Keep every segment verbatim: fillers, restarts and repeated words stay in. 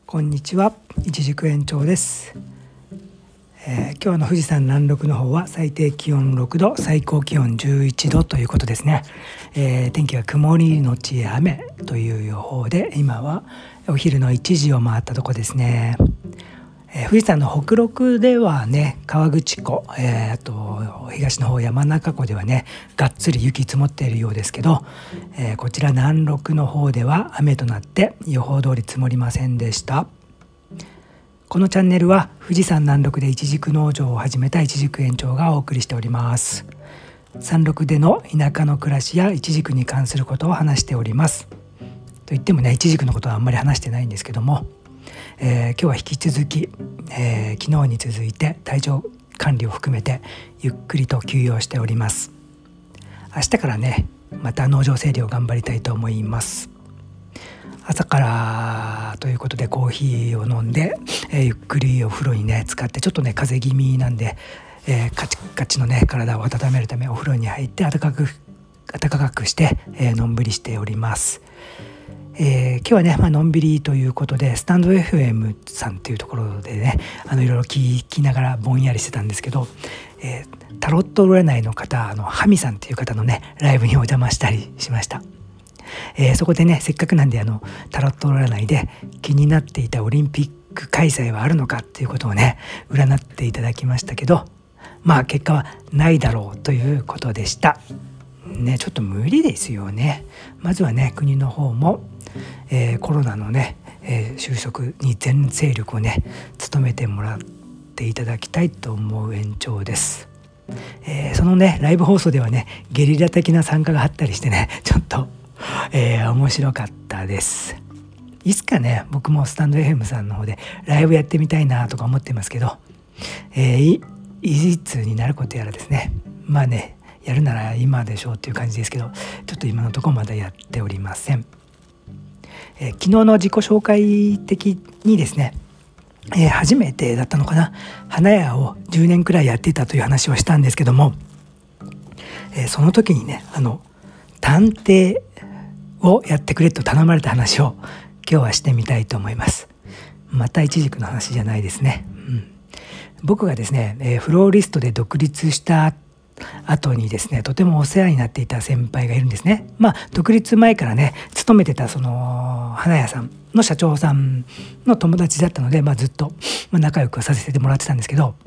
こんにちは、いちじく園長です。えー、今日の富士山南麓の方は最低気温ろくど、最高気温じゅういちどということですね。えー、天気は曇りのち雨という予報で、今はお昼のいちじを回ったとこですね。えー、富士山の北麓ではね、河口湖、えー、あと東の方山中湖ではねがっつり雪積もっているようですけど、えー、こちら南麓の方では雨となって予報通り積もりませんでした。このチャンネルは富士山南麓でいちじく農場を始めたいちじく園長がお送りしております。山麓での田舎の暮らしやいちじくに関することを話しております。と言ってもね、いちじくのことはあんまり話してないんですけども、えー、今日は引き続き、えー、昨日に続いて体調管理を含めてゆっくりと休養しております。明日からねまた農場整理を頑張りたいと思います。朝からということでコーヒーを飲んで、えー、ゆっくりお風呂にね浸かって、ちょっとね風邪気味なんで、えー、カチカチのね体を温めるためお風呂に入って暖かく暖かくして、えー、のんびりしております。えー、今日はね、まあのんびりということでスタンド エフエム さんっていうところでねあのいろいろ聞きながらぼんやりしてたんですけど、えー、タロット占いの方あのハミさんっていう方のねライブにお邪魔したりしました。えー、そこでねせっかくなんであのタロット占いで気になっていたオリンピック開催はあるのかっていうことをね占っていただきましたけど、まあ結果はないだろうということでしたね。ちょっと無理ですよね。まずはね国の方も、えー、コロナのね、えー、収束に全勢力をね努めてもらっていただきたいと思う園長です。えー、そのねライブ放送ではねゲリラ的な参加があったりしてねちょっと、えー、面白かったです。いつかね僕もスタンド エフエム さんの方でライブやってみたいなとか思ってますけど、えー、い, いつになることやらですね、まあねやるなら今でしょうっていう感じですけど、ちょっと今のところまだやっておりません。えー、昨日の自己紹介的にですね、えー、初めてだったのかな、花屋をじゅうねんくらいやっていたという話をしたんですけども、えー、その時にねあの探偵をやってくれと頼まれた話を今日はしてみたいと思います。またイチジクの話じゃないですね。うん、僕がですね、えー、フローリストで独立した後にですねとてもお世話になっていた先輩がいるんですね。まあ独立前からね勤めてたその花屋さんの社長さんの友達だったので、まあ、ずっと仲良くさせてもらってたんですけど、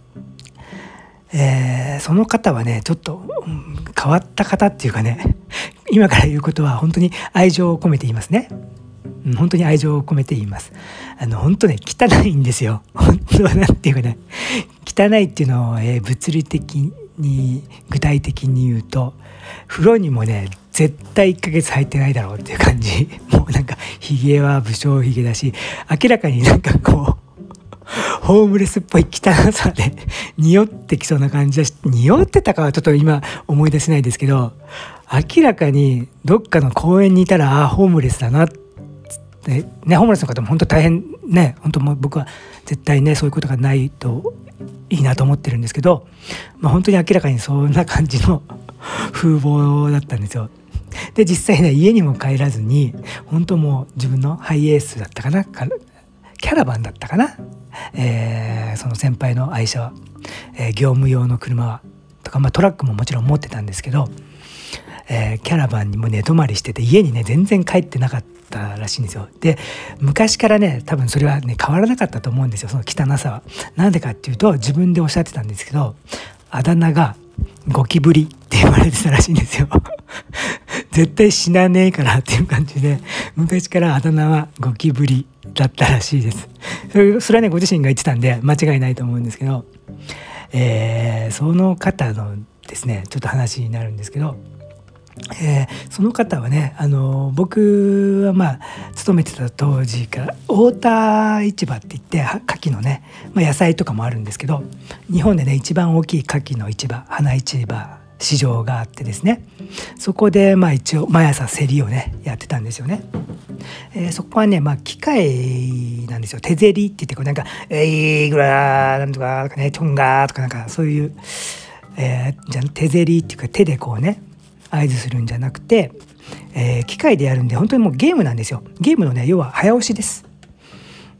えー、その方はねちょっと、うん、変わった方っていうかね今から言うことは本当に愛情を込めて言いますね。うん、本当に愛情を込めて言います。あの本当ね汚いんですよ。本当はなんていうかね汚いっていうのを、えー、物理的に具体的に言うと風呂にもね絶対いっかげつ入ってないだろうっていう感じ。もうなんかひげは武将ひげだし、明らかになんかこうホームレスっぽい汚さで匂ってきそうな感じだし、匂ってたかはちょっと今思い出せないですけど、明らかにどっかの公園にいたらあホームレスだなってね、ホームレスの方も本当大変ね、本当もう僕は絶対ねそういうことがないといいなと思ってるんですけど、まあ、本当に明らかにそんな感じの風貌だったんですよ。で実際ね家にも帰らずに本当もう自分のハイエースだったかな、キャラバンだったかな、えー、その先輩の愛車は、えー、業務用の車はとか、まあ、トラックももちろん持ってたんですけど、えー、キャラバンにも寝泊まりしてて家にね全然帰ってなかったらしいんですよ。で昔からね多分それはね変わらなかったと思うんですよ、その汚さは。なんでかっていうと自分でおっしゃってたんですけど、あだ名がゴキブリって言われてたらしいんですよ絶対死なねえからっていう感じで昔からあだ名はゴキブリだったらしいです。それ、それはねご自身が言ってたんで間違いないと思うんですけど、えー、その方のですねちょっと話になるんですけど、えー、その方はねあの僕はまあ勤めてた当時から太田市場って言って牡蠣のね、まあ、野菜とかもあるんですけど、日本でね一番大きい牡蠣の市場花市場市場があってですね、そこでまあ一応毎朝競りをねやってたんですよね。えー、そこはねまあ機械なんですよ。手競りって言ってこうなんかえいぐらーなんとかとかねチョンガーとかなんかそういう、えー、じゃ手競りっていうか手でこうね合図するんじゃなくて、えー、機械でやるんで本当にもうゲームなんですよ。ゲームのね要は早押しです。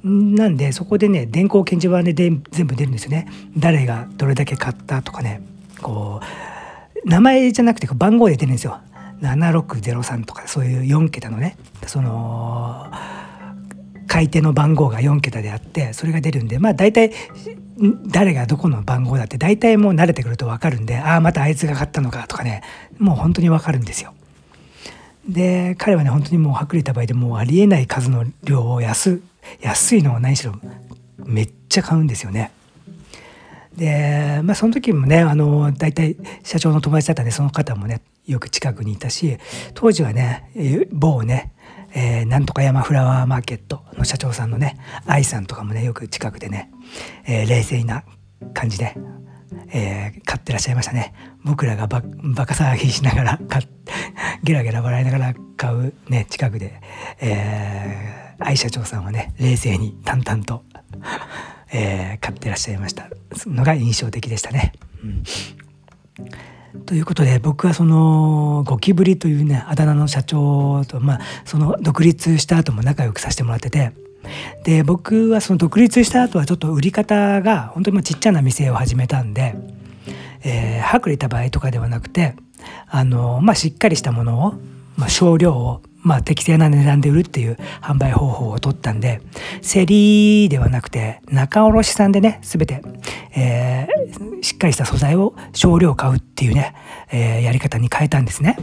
なんでそこでね電光掲示板でで全部出るんですよね。誰がどれだけ買ったとかね、こう名前じゃなくて番号で出るんですよ。ななろくゼロさんとかそういうよん桁のね、その買い手の番号がよん桁であって、それが出るんで、まあ大体誰がどこの番号だって大体もう慣れてくると分かるんで、ああまたあいつが買ったのかとかね、もう本当に分かるんですよ。で彼はね本当にもう薄利多売でもうありえない数の量を安安いのを何しろめっちゃ買うんですよね。でまあその時もねあの大体社長の友達だったんで、その方もねよく近くにいたし、当時はね某ね、えー、なんとか山フラワーマーケットの社長さんのね愛さんとかもねよく近くでね、えー、冷静な感じで、えー、買ってらっしゃいましたね。僕らがババカ騒ぎしながらゲラゲラ笑いながら買うね近くで、えー、愛社長さんはね冷静に淡々と、えー、買ってらっしゃいましたのが印象的でしたね。うんということで僕はそのゴキブリというねあだ名の社長と、まあ、その独立した後も仲良くさせてもらってて、で僕はその独立した後はちょっと売り方が本当にまあちっちゃな店を始めたんで、えー、薄利多売とかではなくてあの、まあ、しっかりしたものを、まあ、少量を、まあ、適正な値段で売るっていう販売方法を取ったんで、競りではなくて仲卸さんでね全て、えー、しっかりした素材を少量買うっていうね、えー、やり方に変えたんですね。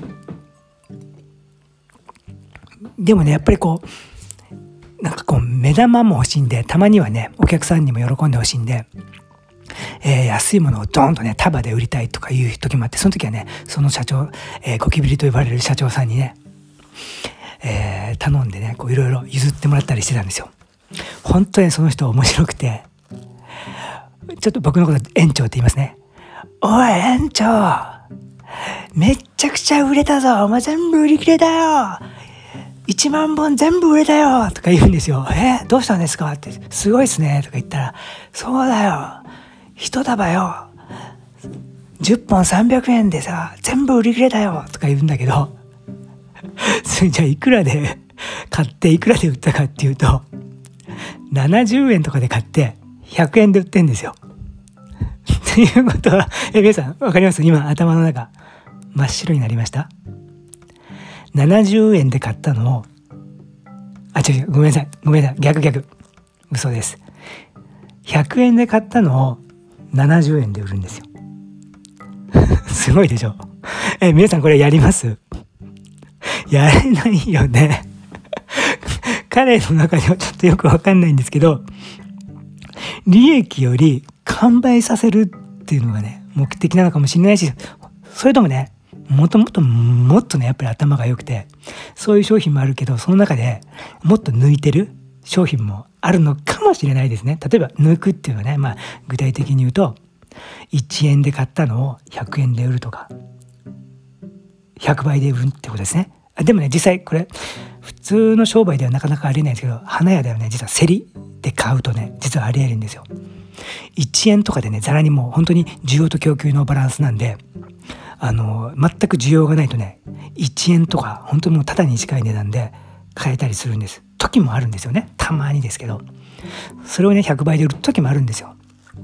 でもねやっぱりこうなんかこう目玉も欲しいんで、たまにはねお客さんにも喜んでほしいんで、えー、安いものをドーンとね束で売りたいとかいう時もあって、その時はねその社長、えー、ゴキブリと呼ばれる社長さんにね、えー、頼んでねこういろいろ譲ってもらったりしてたんですよ。本当にその人面白くて、ちょっと僕のこと園長って言いますね。おい園長、めっちゃくちゃ売れたぞ、お前全部売り切れだよ、いちまんぼん全部売れたよとか言うんですよ。えどうしたんですかって、すごいっすねとか言ったら、そうだよ一束よじゅっぽんさんびゃくえんでさ全部売り切れだよとか言うんだけどそれじゃあいくらで買っていくらで売ったかっていうと、ななじゅうえんとかで買ってひゃくえんで売ってんですよ。ということはえ皆さんわかります？今頭の中真っ白になりました。ななじゅうえんで買ったのを、あ違う違うごめんなさいごめんなさい逆逆嘘です。ひゃくえんで買ったのをななじゅうえんで売るんですよ。すごいでしょ。え皆さんこれやります？やれないよね。彼の中ではちょっとよくわかんないんですけど、利益より完売させるっていうのがね目的なのかもしれないし、それともねもともともっとねやっぱり頭が良くて、そういう商品もあるけどその中でもっと抜いてる商品もあるのかもしれないですね。例えば抜くっていうのはね、まあ具体的に言うといちえんで買ったのをひゃくえんで売るとかひゃくばいで売るってことですね。でもね実際これ普通の商売ではなかなかありえないんですけど、花屋ではね実は競りで買うとね実はありえるんですよ。いちえんとかでねざらにもう本当に需要と供給のバランスなんで、あの全く需要がないとねいちえんとか本当にもうタダに近い値段で買えたりするんです時もあるんですよね。たまにですけど、それをねひゃくばいで売る時もあるんですよ。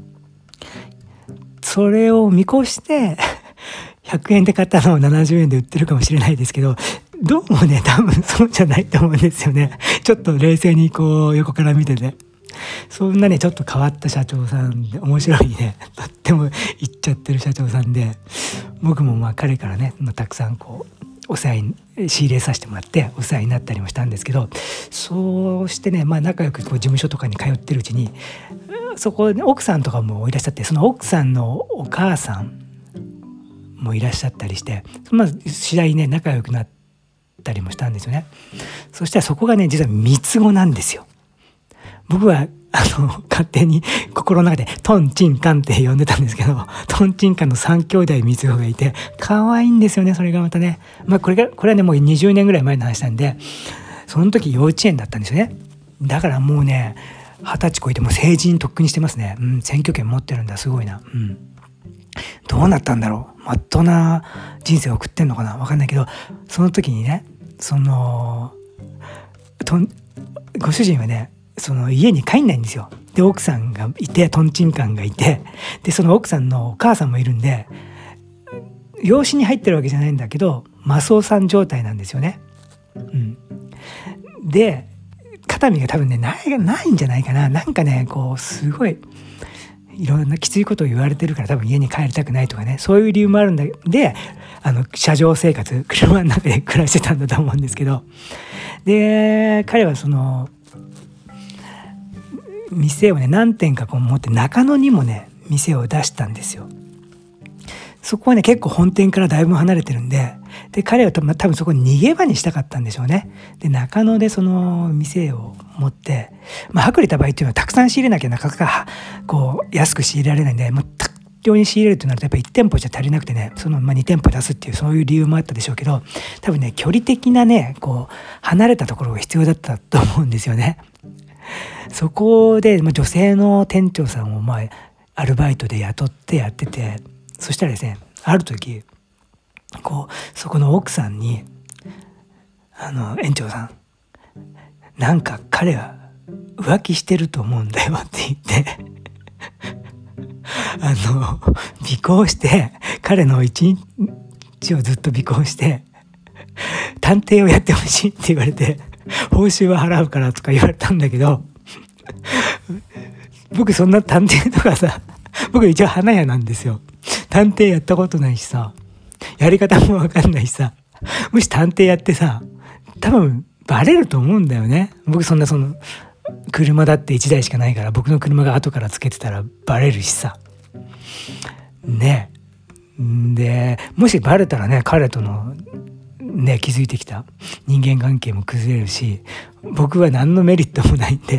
それを見越してひゃくえんで買ったのをななじゅうえんで売ってるかもしれないですけど、どうもね多分そうじゃないと思うんですよね。ちょっと冷静にこう横から見てて、そんなねちょっと変わった社長さんで面白いねとっても言っちゃってる社長さんで、僕もまあ彼からねたくさんこうお世話に仕入れさせてもらってお世話になったりもしたんですけど、そうしてね、まあ、仲良くこう事務所とかに通ってるうちにそこで奥さんとかもいらっしゃって、その奥さんのお母さんもいらっしゃったりして、まあ次第にね仲良くなったりもしたんですよね。そしたらそこがね実は三つ子なんですよ。僕はあの勝手に心の中でトンチンカンって呼んでたんですけど、トンチンカンの三兄弟三つ子がいて可愛いんですよね。それがまたね、まあこれがこれはねもうにじゅうねんぐらい前の話なんで、その時幼稚園だったんですよね。だからもうね二十歳超えてもう成人とっくにしてますね。うん、選挙権持ってるんだ、すごいな。うん、どうなったんだろう、まっとうな人生を送ってんのかな、分かんないけど、その時にねそのとご主人はねその家に帰んないんですよ。で奥さんがいて、とんちんカンがいて、でその奥さんのお母さんもいるんで、養子に入ってるわけじゃないんだけどマスオさん状態なんですよね。うん、で肩身が多分ねないないんじゃないかな。なんかねこうすごいいろんなきついことを言われてるから、多分家に帰りたくないとかね、そういう理由もあるんだで、あの車上生活、車の中で暮らしてたんだと思うんですけど、で彼はその店をね何店かこう持って、中野にもね店を出したんですよ。そこはね結構本店からだいぶ離れてるんで、で彼は多分、多分そこに逃げ場にしたかったんでしょうね。で中野でその店を持って、まあ、薄利多売っていうのはたくさん仕入れなきゃなかなかこう安く仕入れられないんで、もう大量に仕入れるとなるとやっぱりいち店舗じゃ足りなくてね、そのまあに店舗出すっていうそういう理由もあったでしょうけど、多分ね距離的なねこう離れたところが必要だったと思うんですよね。そこで、まあ、女性の店長さんをまあアルバイトで雇ってやってて、そしたらですねある時こうそこの奥さんに「あの園長さんなんか彼は浮気してると思うんだよ」って言ってあの尾行して彼の一日をずっと尾行して探偵をやってほしいって言われて、報酬は払うからとか言われたんだけど、僕そんな探偵とかさ、僕一応花屋なんですよ。探偵やったことないしさ、やり方も分かんないしさ、もし探偵やってさ多分バレると思うんだよね。僕そんなその車だっていちだいしかないから、僕の車が後からつけてたらバレるしさね。でもしバレたらね彼とのね築いてきた人間関係も崩れるし、僕は何のメリットもないんで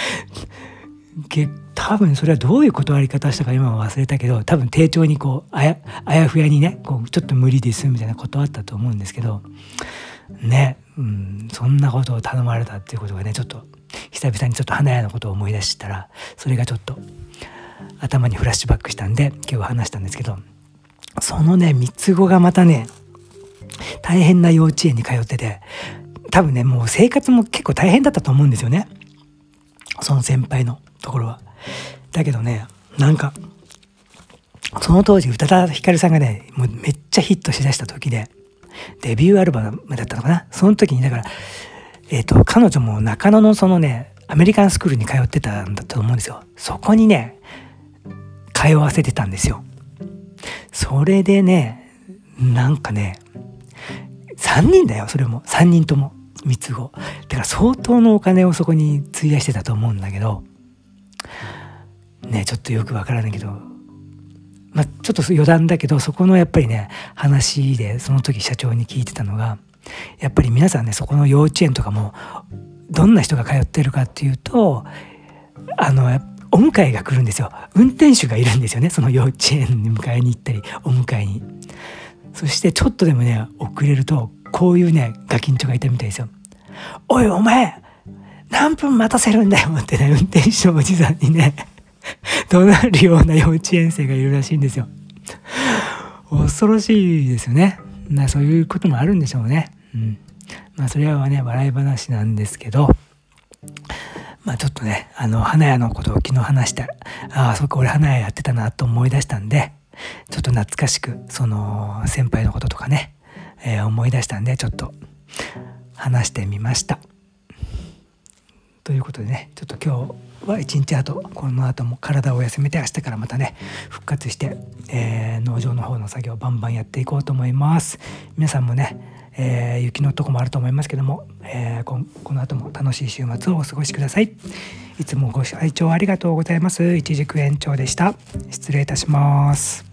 多分それはどういう断り方したか今は忘れたけど、多分丁重にこうあやあやふやにねこうちょっと無理ですみたいなことあったと思うんですけどね、うん、そんなことを頼まれたっていうことがねちょっと久々にちょっと花屋のことを思い出したら、それがちょっと頭にフラッシュバックしたんで今日話したんですけど、そのね三つ子がまたね大変な幼稚園に通ってて、多分ねもう生活も結構大変だったと思うんですよね、その先輩のところは。だけどねなんかその当時宇多田ヒカルさんがねもうめっちゃヒットしだした時で、デビューアルバムだったのかな。その時にだからえっと彼女も中野のそのねアメリカンスクールに通ってたんだと思うんですよ。そこにね通わせてたんですよ。それでねなんかねさんにんだよ、それもさんにんとも三つ子だから相当のお金をそこに費やしてたと思うんだけどね、ちょっとよくわからないけど、まあちょっと余談だけど、そこのやっぱりね話でその時社長に聞いてたのが、やっぱり皆さんねそこの幼稚園とかもどんな人が通ってるかっていうと、あのお迎えが来るんですよ。運転手がいるんですよね、その幼稚園に迎えに行ったりお迎えに。そしてちょっとでもね遅れるとこういうねガキンチョがいたみたいですよ。おいお前何分待たせるんだよってね運転手のおじさんにね怒鳴るような幼稚園生がいるらしいんですよ。恐ろしいですよね。なそういうこともあるんでしょうね。うん、まあそれはね笑い話なんですけど、まあちょっとねあの花屋のことを昨日話したら、ああそっか俺花屋やってたなと思い出したんで、ちょっと懐かしくその先輩のこととかね、えー、思い出したんでちょっと話してみました。ということでね、ちょっと今日は一日あとこの後も体を休めて、明日からまたね復活して、えー、農場の方の作業バンバンやっていこうと思います。皆さんもね、えー、雪のとこもあると思いますけども、えー、こ, この後も楽しい週末をお過ごしください。いつもご視聴ありがとうございます。いちじく園長でした。失礼いたします。